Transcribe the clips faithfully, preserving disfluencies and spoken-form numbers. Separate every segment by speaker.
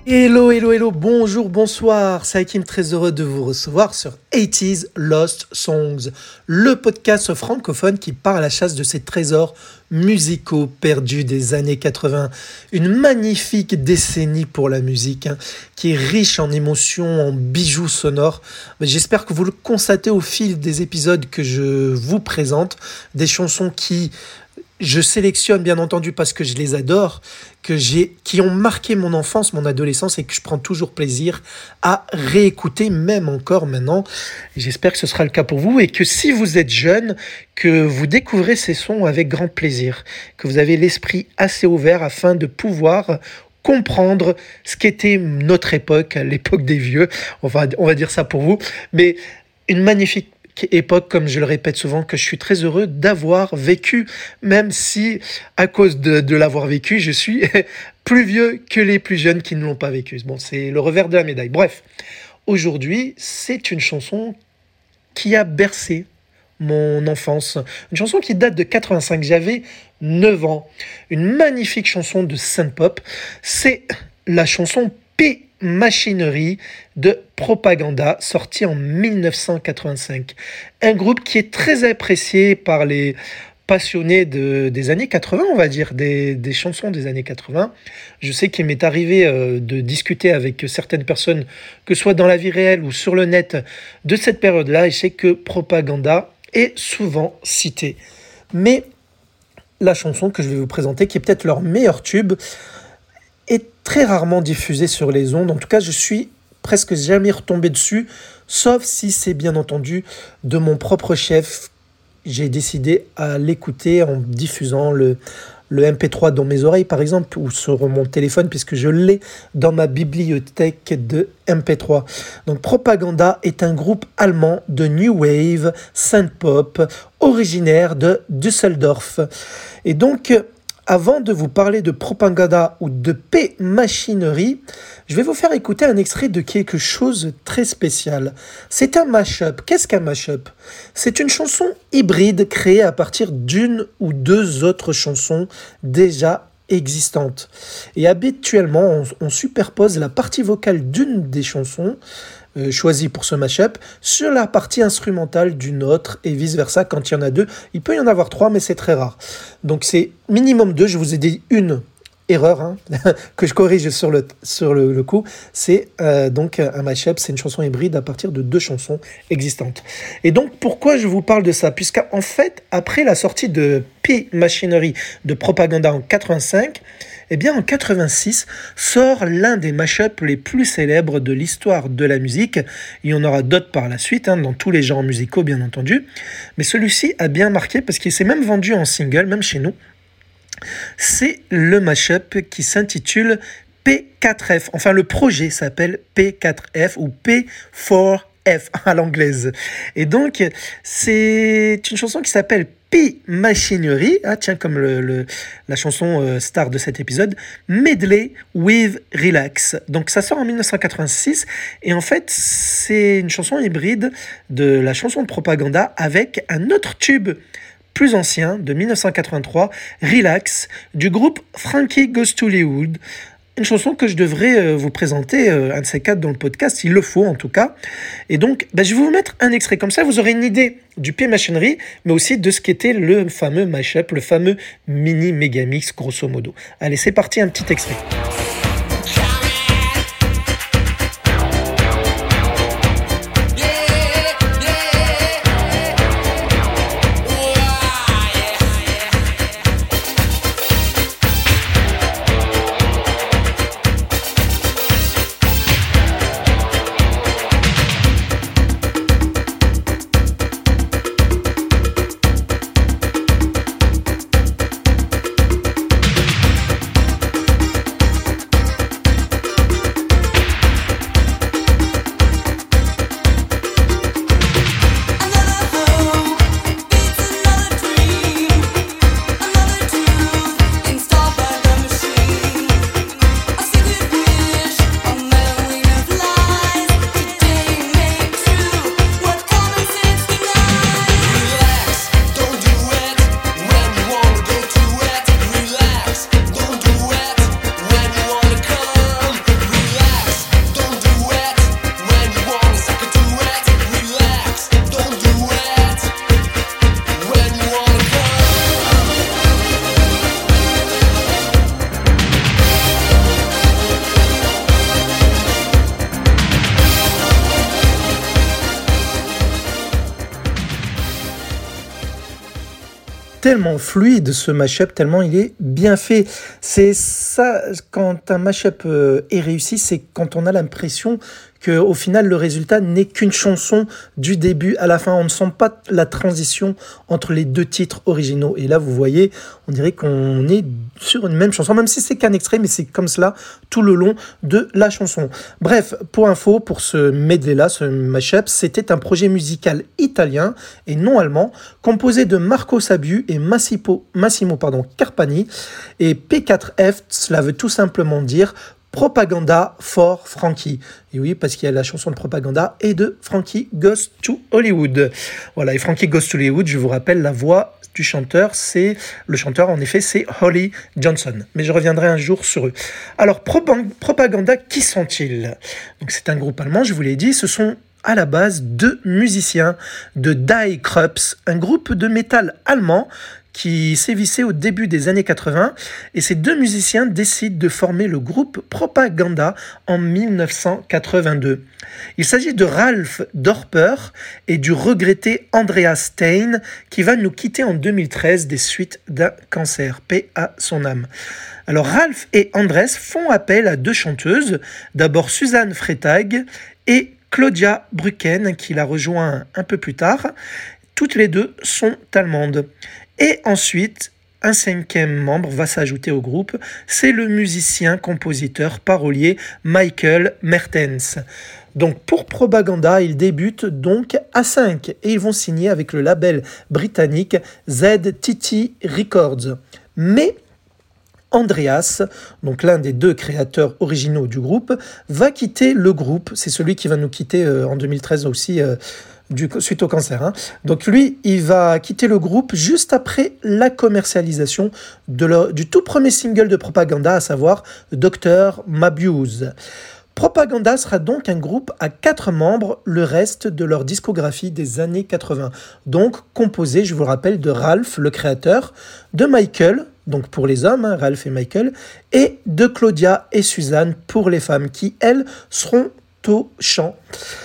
Speaker 1: Hello, hello, hello, bonjour, bonsoir, c'est Hakim, très heureux de vous recevoir sur eighties Lost Songs, le podcast francophone qui part à la chasse de ces trésors musicaux perdus des années quatre-vingts. Une magnifique décennie pour la musique, hein, qui est riche en émotions, en bijoux sonores. J'espère que vous le constatez au fil des épisodes que je vous présente, des chansons qui... je sélectionne bien entendu parce que je les adore, que j'ai, qui ont marqué mon enfance, mon adolescence et que je prends toujours plaisir à réécouter, même encore maintenant. J'espère que ce sera le cas pour vous et que si vous êtes jeune, que vous découvrez ces sons avec grand plaisir, que vous avez l'esprit assez ouvert afin de pouvoir comprendre ce qu'était notre époque, l'époque des vieux. On va, on va dire ça pour vous, mais une magnifique époque, comme je le répète souvent, que je suis très heureux d'avoir vécu, même si, à cause de, de l'avoir vécu, je suis plus vieux que les plus jeunes qui ne l'ont pas vécu. Bon, c'est le revers de la médaille. Bref, aujourd'hui, c'est une chanson qui a bercé mon enfance. Une chanson qui date de quatre-vingt-cinq, j'avais neuf ans. Une magnifique chanson de synth-pop. C'est la chanson P Machinery de Propaganda, sorti en dix-neuf cent quatre-vingt-cinq. Un groupe qui est très apprécié par les passionnés de, des années quatre-vingts, on va dire, des, des chansons des années quatre-vingts. Je sais qu'il m'est arrivé euh, de discuter avec certaines personnes, que ce soit dans la vie réelle ou sur le net, de cette période-là, et je sais que Propaganda est souvent citée. Mais la chanson que je vais vous présenter, qui est peut-être leur meilleur tube, est très rarement diffusé sur les ondes. En tout cas, je suis presque jamais retombé dessus, sauf si c'est bien entendu de mon propre chef. J'ai décidé à l'écouter en diffusant le, le M P trois dans mes oreilles, par exemple, ou sur mon téléphone, puisque je l'ai dans ma bibliothèque de M P trois. Donc, Propaganda est un groupe allemand de New Wave, synth-pop, originaire de Düsseldorf. Et donc... avant de vous parler de Propaganda ou de P Machinery, je vais vous faire écouter un extrait de quelque chose de très spécial. C'est un mash-up. Qu'est-ce qu'un mash-up ? C'est une chanson hybride créée à partir d'une ou deux autres chansons déjà existantes. Et habituellement, on, on superpose la partie vocale d'une des chansons Euh, choisi pour ce mashup sur la partie instrumentale d'une autre et vice-versa quand il y en a deux. Il peut y en avoir trois, mais c'est très rare. Donc c'est minimum deux. Je vous ai dit une erreur hein, que je corrige sur le, sur le, le coup. C'est euh, donc un mashup, c'est une chanson hybride à partir de deux chansons existantes. Et donc pourquoi je vous parle de ça ? Puisqu'en fait, après la sortie de P Machinery de Propaganda en quatre-vingt-cinq, eh bien, en quatre-vingt-six, sort l'un des mashups les plus célèbres de l'histoire de la musique. Il y en aura d'autres par la suite, hein, dans tous les genres musicaux, bien entendu. Mais celui-ci a bien marqué parce qu'il s'est même vendu en single, même chez nous. C'est le mashup qui s'intitule P quatre F. Enfin, le projet s'appelle P quatre F ou P quatre F à l'anglaise. Et donc, c'est une chanson qui s'appelle P Machinery, ah tiens, comme le, le, la chanson euh, star de cet épisode, Medley with Relax. Donc ça sort en dix-neuf cent quatre-vingt-six et en fait c'est une chanson hybride de la chanson de Propaganda avec un autre tube plus ancien de dix-neuf cent quatre-vingt-trois, Relax, du groupe Frankie Goes to Hollywood. Une chanson que je devrais euh, vous présenter, euh, un de ces quatre dans le podcast, il le faut en tout cas. Et donc, bah, je vais vous mettre un extrait, comme ça vous aurez une idée du P Machinery, mais aussi de ce qu'était le fameux mashup, le fameux mini mégamix grosso modo. Allez, c'est parti, un petit extrait. tellement fluide ce mashup, tellement il est bien fait. C'est ça, quand un mashup euh, est réussi, c'est quand on a l'impression qu'au final le résultat n'est qu'une chanson du début à la fin. On ne sent pas la transition entre les deux titres originaux. Et là, vous voyez, on dirait qu'on est sur une même chanson, même si c'est qu'un extrait, mais c'est comme cela tout le long de la chanson. Bref, pour info, pour ce medley-là, ce mashup, c'était un projet musical italien et non allemand, composé de Marco Sabiu et Massimo, Massimo pardon, Carpani. Et P quatre F, cela veut tout simplement dire Propaganda for Frankie. Et oui, parce qu'il y a la chanson de Propaganda et de Frankie Goes to Hollywood. Voilà, et Frankie Goes to Hollywood, je vous rappelle, la voix du chanteur, c'est le chanteur, en effet, c'est Holly Johnson. Mais je reviendrai un jour sur eux. Alors, Propaganda, qui sont-ils ? Donc, c'est un groupe allemand, je vous l'ai dit, ce sont à la base deux musiciens de Die Krupps, un groupe de métal allemand qui sévissait au début des années quatre-vingts, et ces deux musiciens décident de former le groupe Propaganda en dix-neuf cent quatre-vingt-deux. Il s'agit de Ralph Dorper et du regretté Andreas Stein, qui va nous quitter en deux mille treize des suites d'un cancer. Paix à son âme. Alors Ralph et Andres font appel à deux chanteuses, d'abord Suzanne Freitag et Claudia Brücken, qui la rejoint un peu plus tard. Toutes les deux sont allemandes. Et ensuite, un cinquième membre va s'ajouter au groupe, c'est le musicien, compositeur, parolier Michael Mertens. Donc pour Propaganda, ils débutent donc à cinq et ils vont signer avec le label britannique Z T T Records. Mais Andreas, donc l'un des deux créateurs originaux du groupe, va quitter le groupe. C'est celui qui va nous quitter euh, en deux mille treize aussi, euh, du, suite au cancer. Hein. Donc lui, il va quitter le groupe juste après la commercialisation de leur, du tout premier single de Propaganda, à savoir docteur Mabuse. Propaganda sera donc un groupe à quatre membres le reste de leur discographie des années quatre-vingts. Donc composé, je vous le rappelle, de Ralph, le créateur, de Michael, donc pour les hommes, hein, Ralph et Michael, et de Claudia et Suzanne pour les femmes, qui, elles, seront au chant.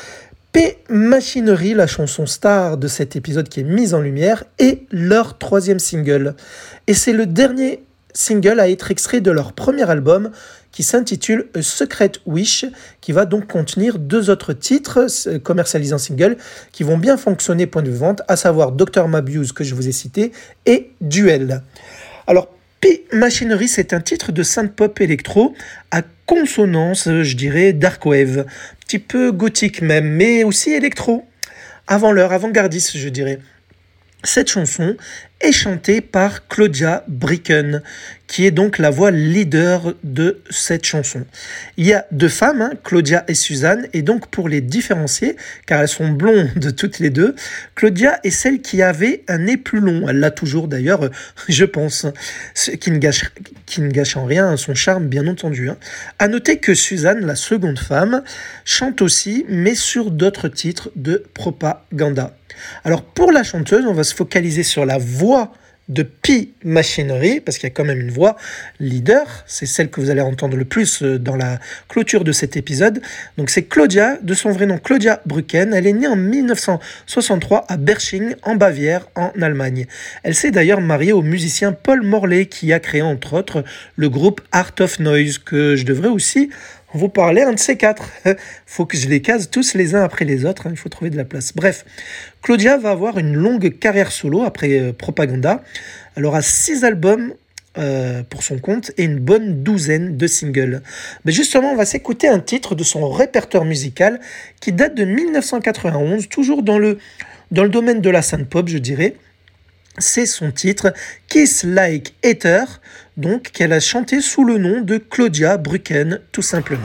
Speaker 1: P Machinery, la chanson star de cet épisode qui est mise en lumière, est leur troisième single. Et c'est le dernier single à être extrait de leur premier album qui s'intitule A Secret Wish, qui va donc contenir deux autres titres commercialisés en single qui vont bien fonctionner point de vue vente, à savoir docteur Mabuse que je vous ai cité et Duel. Alors P Machinery, c'est un titre de synth-pop électro à consonance, je dirais, dark wave, un petit peu gothique même, mais aussi électro, avant l'heure, avant-gardiste, je dirais. Cette chanson est chantée par Claudia Brücken, qui est donc la voix leader de cette chanson. Il y a deux femmes, hein, Claudia et Suzanne, et donc pour les différencier, car elles sont blondes toutes les deux, Claudia est celle qui avait un nez plus long. Elle l'a toujours d'ailleurs, je pense, ce qui ne gâche, qui ne gâche en rien son charme, bien entendu. Hein. À noter que Suzanne, la seconde femme, chante aussi, mais sur d'autres titres de Propaganda. Alors pour la chanteuse, on va se focaliser sur la voix de P Machinery, parce qu'il y a quand même une voix leader, c'est celle que vous allez entendre le plus dans la clôture de cet épisode. Donc c'est Claudia, de son vrai nom Claudia Brücken. Elle est née en dix-neuf cent soixante-trois à Berching, en Bavière, en Allemagne. Elle s'est d'ailleurs mariée au musicien Paul Morley, qui a créé entre autres le groupe Art of Noise, que je devrais aussi vous parler un de ces quatre. Faut que je les case tous les uns après les autres, hein. Il faut trouver de la place. Bref, Claudia va avoir une longue carrière solo après euh, Propaganda. Elle aura six albums euh, pour son compte et une bonne douzaine de singles. Mais justement, on va s'écouter un titre de son répertoire musical qui date de dix-neuf cent quatre-vingt-onze, toujours dans le, dans le domaine de la synth-pop, je dirais. C'est son titre Kiss Like Hater, donc qu'elle a chanté sous le nom de Claudia Brücken, tout simplement.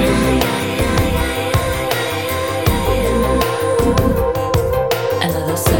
Speaker 2: Another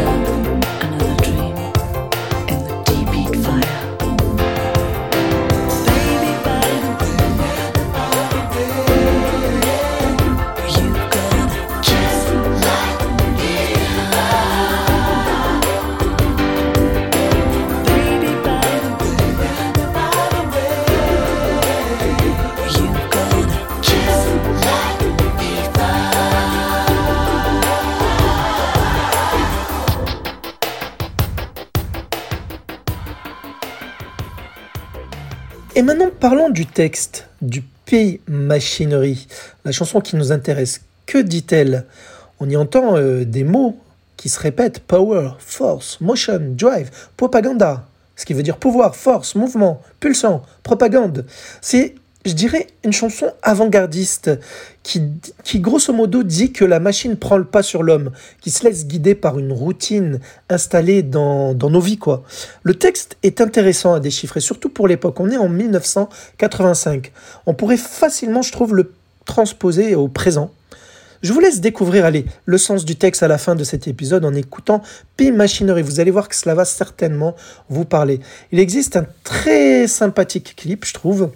Speaker 1: Et maintenant, parlons du texte du P Machinery, la chanson qui nous intéresse. Que dit-elle? On y entend euh, des mots qui se répètent: power, force, motion, drive, propaganda. Ce qui veut dire pouvoir, force, mouvement, pulsant, propagande. C'est, je dirais, une chanson avant-gardiste qui, qui, grosso modo, dit que la machine prend le pas sur l'homme, qui se laisse guider par une routine installée dans, dans nos vies, quoi. Le texte est intéressant à déchiffrer, surtout pour l'époque. On est en mille neuf cent quatre-vingt-cinq. On pourrait facilement, je trouve, le transposer au présent. Je vous laisse découvrir, allez, le sens du texte à la fin de cet épisode en écoutant P Machinery. Vous allez voir que cela va certainement vous parler. Il existe un très sympathique clip, je trouve.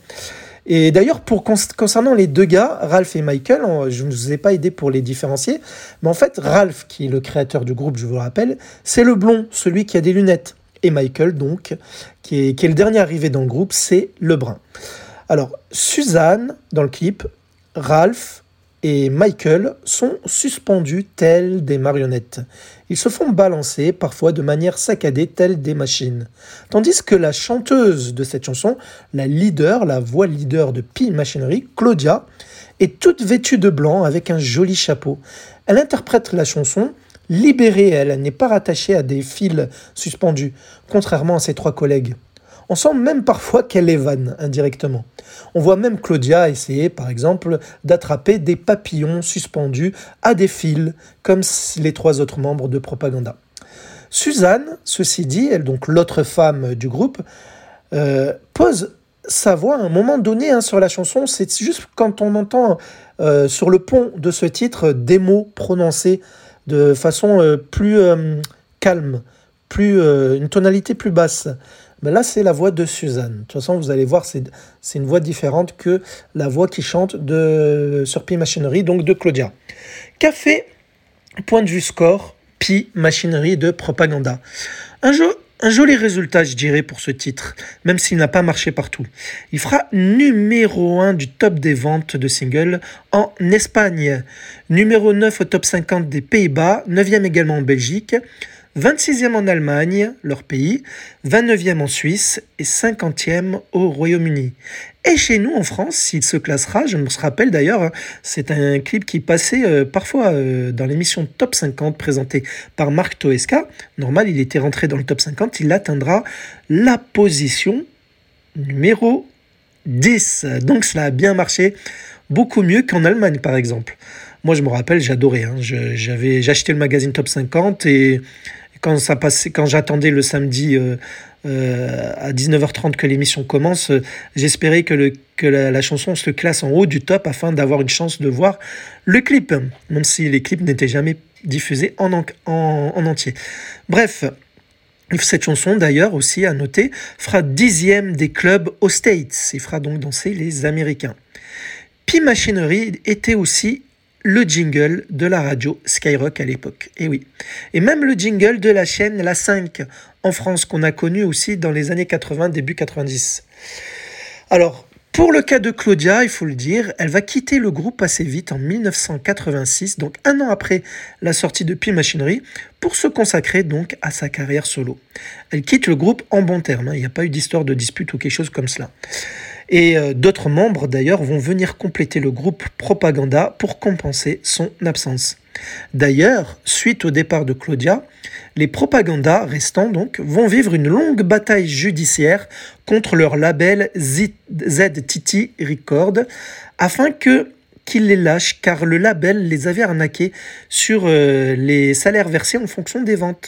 Speaker 1: Et d'ailleurs, pour concernant les deux gars, Ralph et Michael, je ne vous ai pas aidé pour les différencier, mais en fait, Ralph, qui est le créateur du groupe, je vous le rappelle, c'est le blond, celui qui a des lunettes. Et Michael, donc, qui est, qui est le dernier arrivé dans le groupe, c'est le brun. Alors, Suzanne, dans le clip, Ralph et Michael sont suspendus tels des marionnettes. Ils se font balancer, parfois de manière saccadée, tels des machines. Tandis que la chanteuse de cette chanson, la leader, la voix leader de P Machinery, Claudia, est toute vêtue de blanc avec un joli chapeau. Elle interprète la chanson libérée, elle, elle n'est pas rattachée à des fils suspendus, contrairement à ses trois collègues. On sent même parfois qu'elle les vanne indirectement. On voit même Claudia essayer, par exemple, d'attraper des papillons suspendus à des fils, comme les trois autres membres de Propaganda. Suzanne, ceci dit, elle donc l'autre femme du groupe, euh, pose sa voix à un moment donné hein, sur la chanson. C'est juste quand on entend euh, sur le pont de ce titre des mots prononcés de façon euh, plus euh, calme, plus, euh, une tonalité plus basse. Mais là, c'est la voix de Suzanne. De toute façon, vous allez voir, c'est, c'est une voix différente que la voix qui chante de, sur P Machinery, donc de Claudia. Qu'a fait, point de vue score, P Machinery de Propaganda? Un, jo- un joli résultat, je dirais, pour ce titre, même s'il n'a pas marché partout. Il fera numéro un du top des ventes de singles en Espagne, numéro neuf au top cinquante des Pays-Bas, neuvième également en Belgique, vingt-sixième en Allemagne, leur pays, vingt-neuvième en Suisse et cinquantième au Royaume-Uni. Et chez nous, en France, il se classera, je me rappelle d'ailleurs, hein, c'est un clip qui passait euh, parfois euh, dans l'émission Top cinquante présentée par Marc Toesca. Normal, il était rentré dans le Top cinquante, il atteindra la position numéro dix. Donc cela a bien marché, beaucoup mieux qu'en Allemagne par exemple. Moi, je me rappelle, j'adorais. Hein. Je, j'avais, j'achetais le magazine Top cinquante et quand ça passait, quand j'attendais le samedi euh, euh, à dix-neuf heures trente que l'émission commence, euh, j'espérais que, le, que la, la chanson se classe en haut du top afin d'avoir une chance de voir le clip, même si les clips n'étaient jamais diffusés en, en, en entier. Bref. Cette chanson, d'ailleurs, aussi à noter, fera dixième des clubs aux States. Il fera donc danser les Américains. P Machinery était aussi le jingle de la radio Skyrock à l'époque. Et oui. Et même le jingle de la chaîne La cinq en France, qu'on a connu aussi dans les années quatre-vingts, début quatre-vingt-dix. Alors, pour le cas de Claudia, il faut le dire, elle va quitter le groupe assez vite en dix-neuf cent quatre-vingt-six, donc un an après la sortie de P Machinery, pour se consacrer donc à sa carrière solo. Elle quitte le groupe en bons termes, hein, il n'y a pas eu d'histoire de dispute ou quelque chose comme cela. Et euh, d'autres membres d'ailleurs vont venir compléter le groupe Propaganda pour compenser son absence. D'ailleurs, suite au départ de Claudia, les Propaganda restants donc vont vivre une longue bataille judiciaire contre leur label Z T T Records afin que qu'ils les lâchent car le label les avait arnaqués sur euh, les salaires versés en fonction des ventes.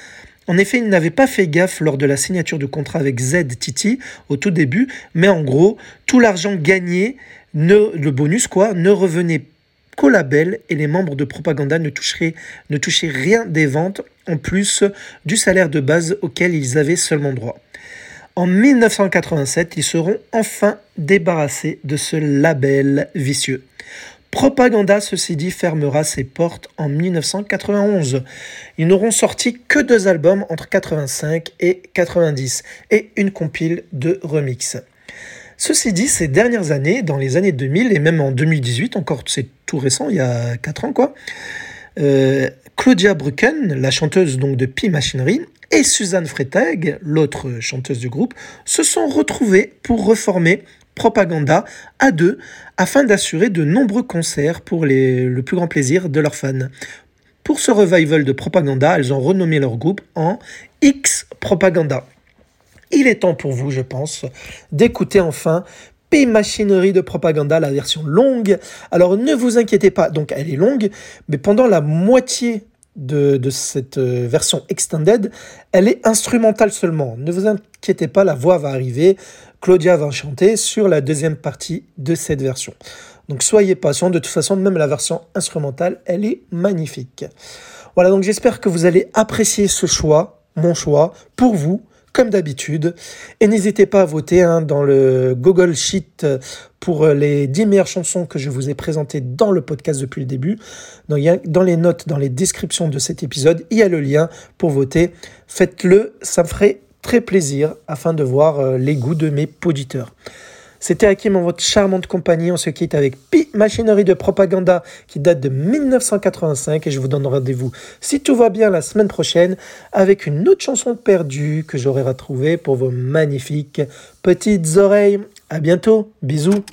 Speaker 1: En effet, ils n'avaient pas fait gaffe lors de la signature du contrat avec Z T T au tout début, mais en gros, tout l'argent gagné, ne, le bonus quoi, ne revenait qu'au label et les membres de Propaganda ne toucheraient, ne touchaient rien des ventes en plus du salaire de base auquel ils avaient seulement droit. En dix-neuf cent quatre-vingt-sept, ils seront enfin débarrassés de ce label vicieux. Propaganda, ceci dit, fermera ses portes en dix-neuf cent quatre-vingt-onze. Ils n'auront sorti que deux albums entre quatre-vingt-cinq et quatre-vingt-dix et une compile de remix. Ceci dit, ces dernières années, dans les années deux mille et même en deux mille dix-huit, encore c'est tout récent, il y a quatre ans quoi, euh, Claudia Brücken, la chanteuse donc de P Machinery, et Suzanne Freitag, l'autre chanteuse du groupe, se sont retrouvées pour reformer Propaganda à deux afin d'assurer de nombreux concerts pour les, le plus grand plaisir de leurs fans. Pour ce revival de Propaganda, elles ont renommé leur groupe en X Propaganda. Il est temps pour vous, je pense, d'écouter enfin P Machinery de Propaganda, la version longue. Alors ne vous inquiétez pas, donc elle est longue, mais pendant la moitié de, de cette version extended, elle est instrumentale seulement. Ne vous inquiétez pas, la voix va arriver, Claudia va chanter sur la deuxième partie de cette version. Donc soyez patients, de toute façon, même la version instrumentale, elle est magnifique. Voilà, donc j'espère que vous allez apprécier ce choix, mon choix, pour vous, comme d'habitude. Et n'hésitez pas à voter hein, dans le Google Sheet pour les dix meilleures chansons que je vous ai présentées dans le podcast depuis le début. Donc, il y a, dans les notes, dans les descriptions de cet épisode, il y a le lien pour voter. Faites-le, ça me ferait très plaisir afin de voir euh, les goûts de mes auditeurs. C'était Hakim en votre charmante compagnie. On se quitte avec P Machinery de Propaganda qui date de dix-neuf cent quatre-vingt-cinq et je vous donne rendez-vous, si tout va bien, la semaine prochaine avec une autre chanson perdue que j'aurai retrouvée pour vos magnifiques petites oreilles. À bientôt, bisous.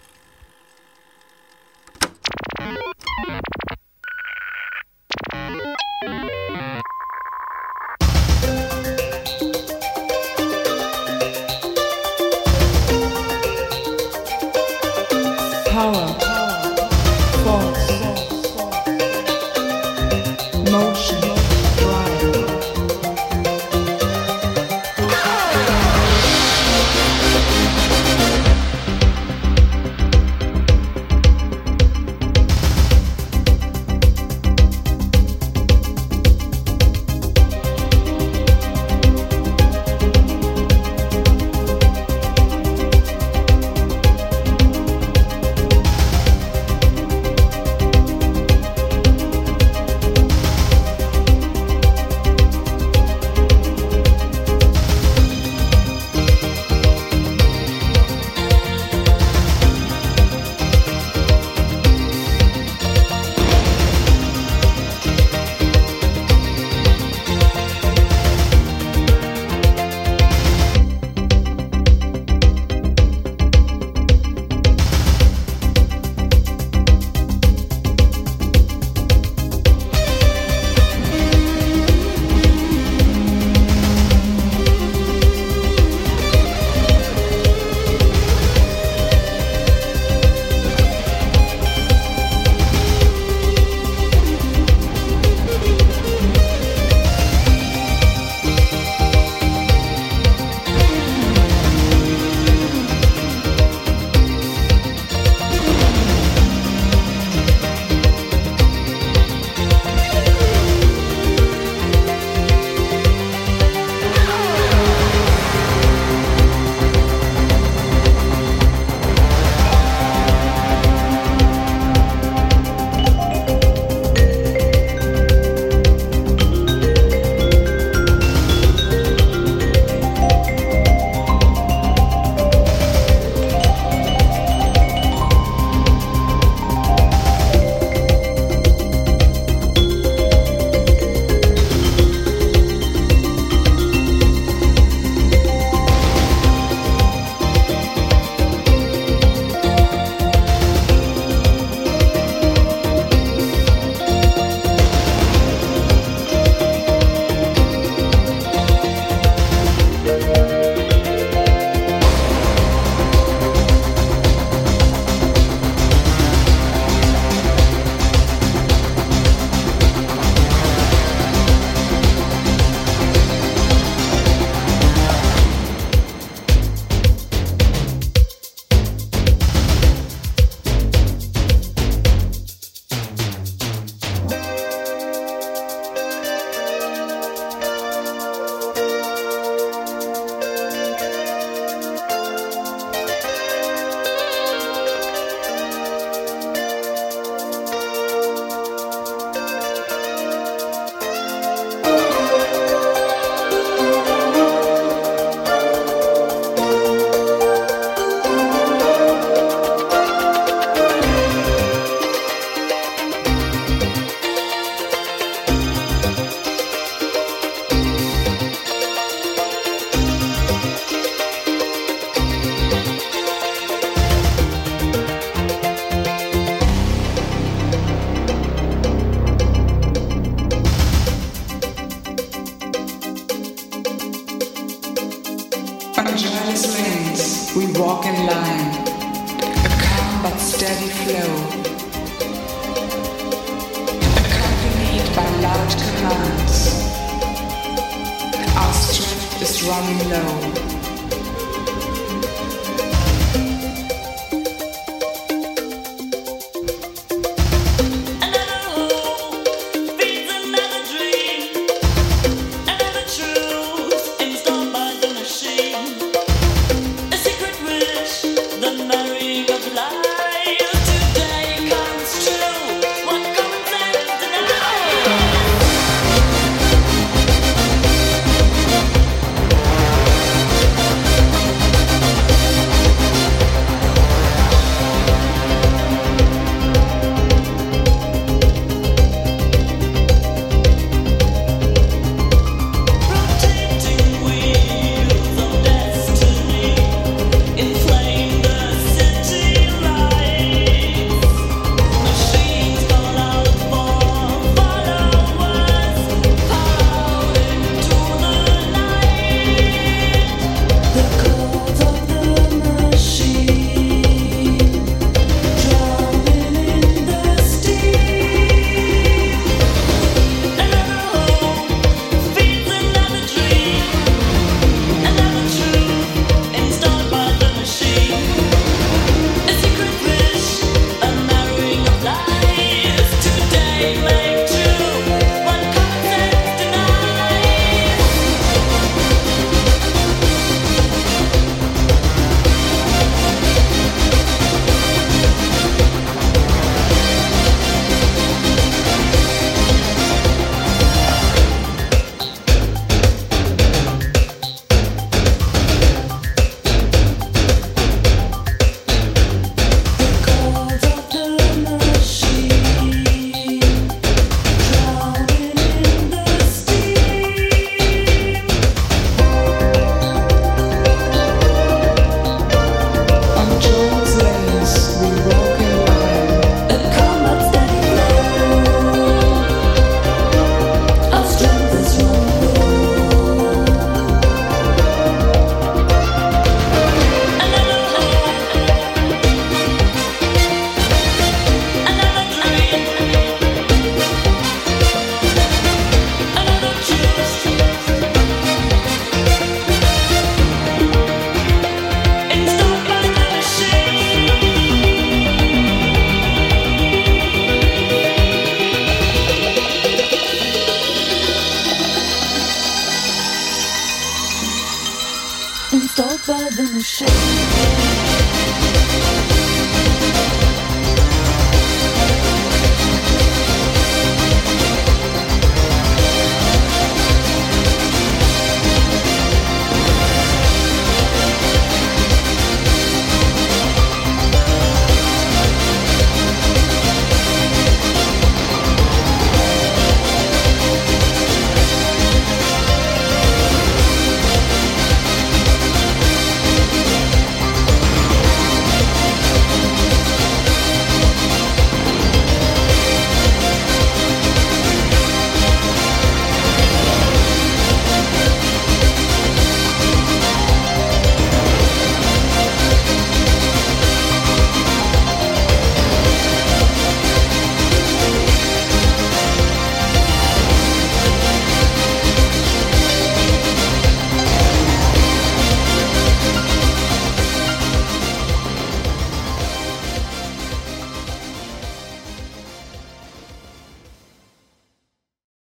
Speaker 2: Power, force, motion, drive. walk in line, a calm but steady flow, accompanied by loud commands. Our strength is running low.
Speaker 3: The marrying of life.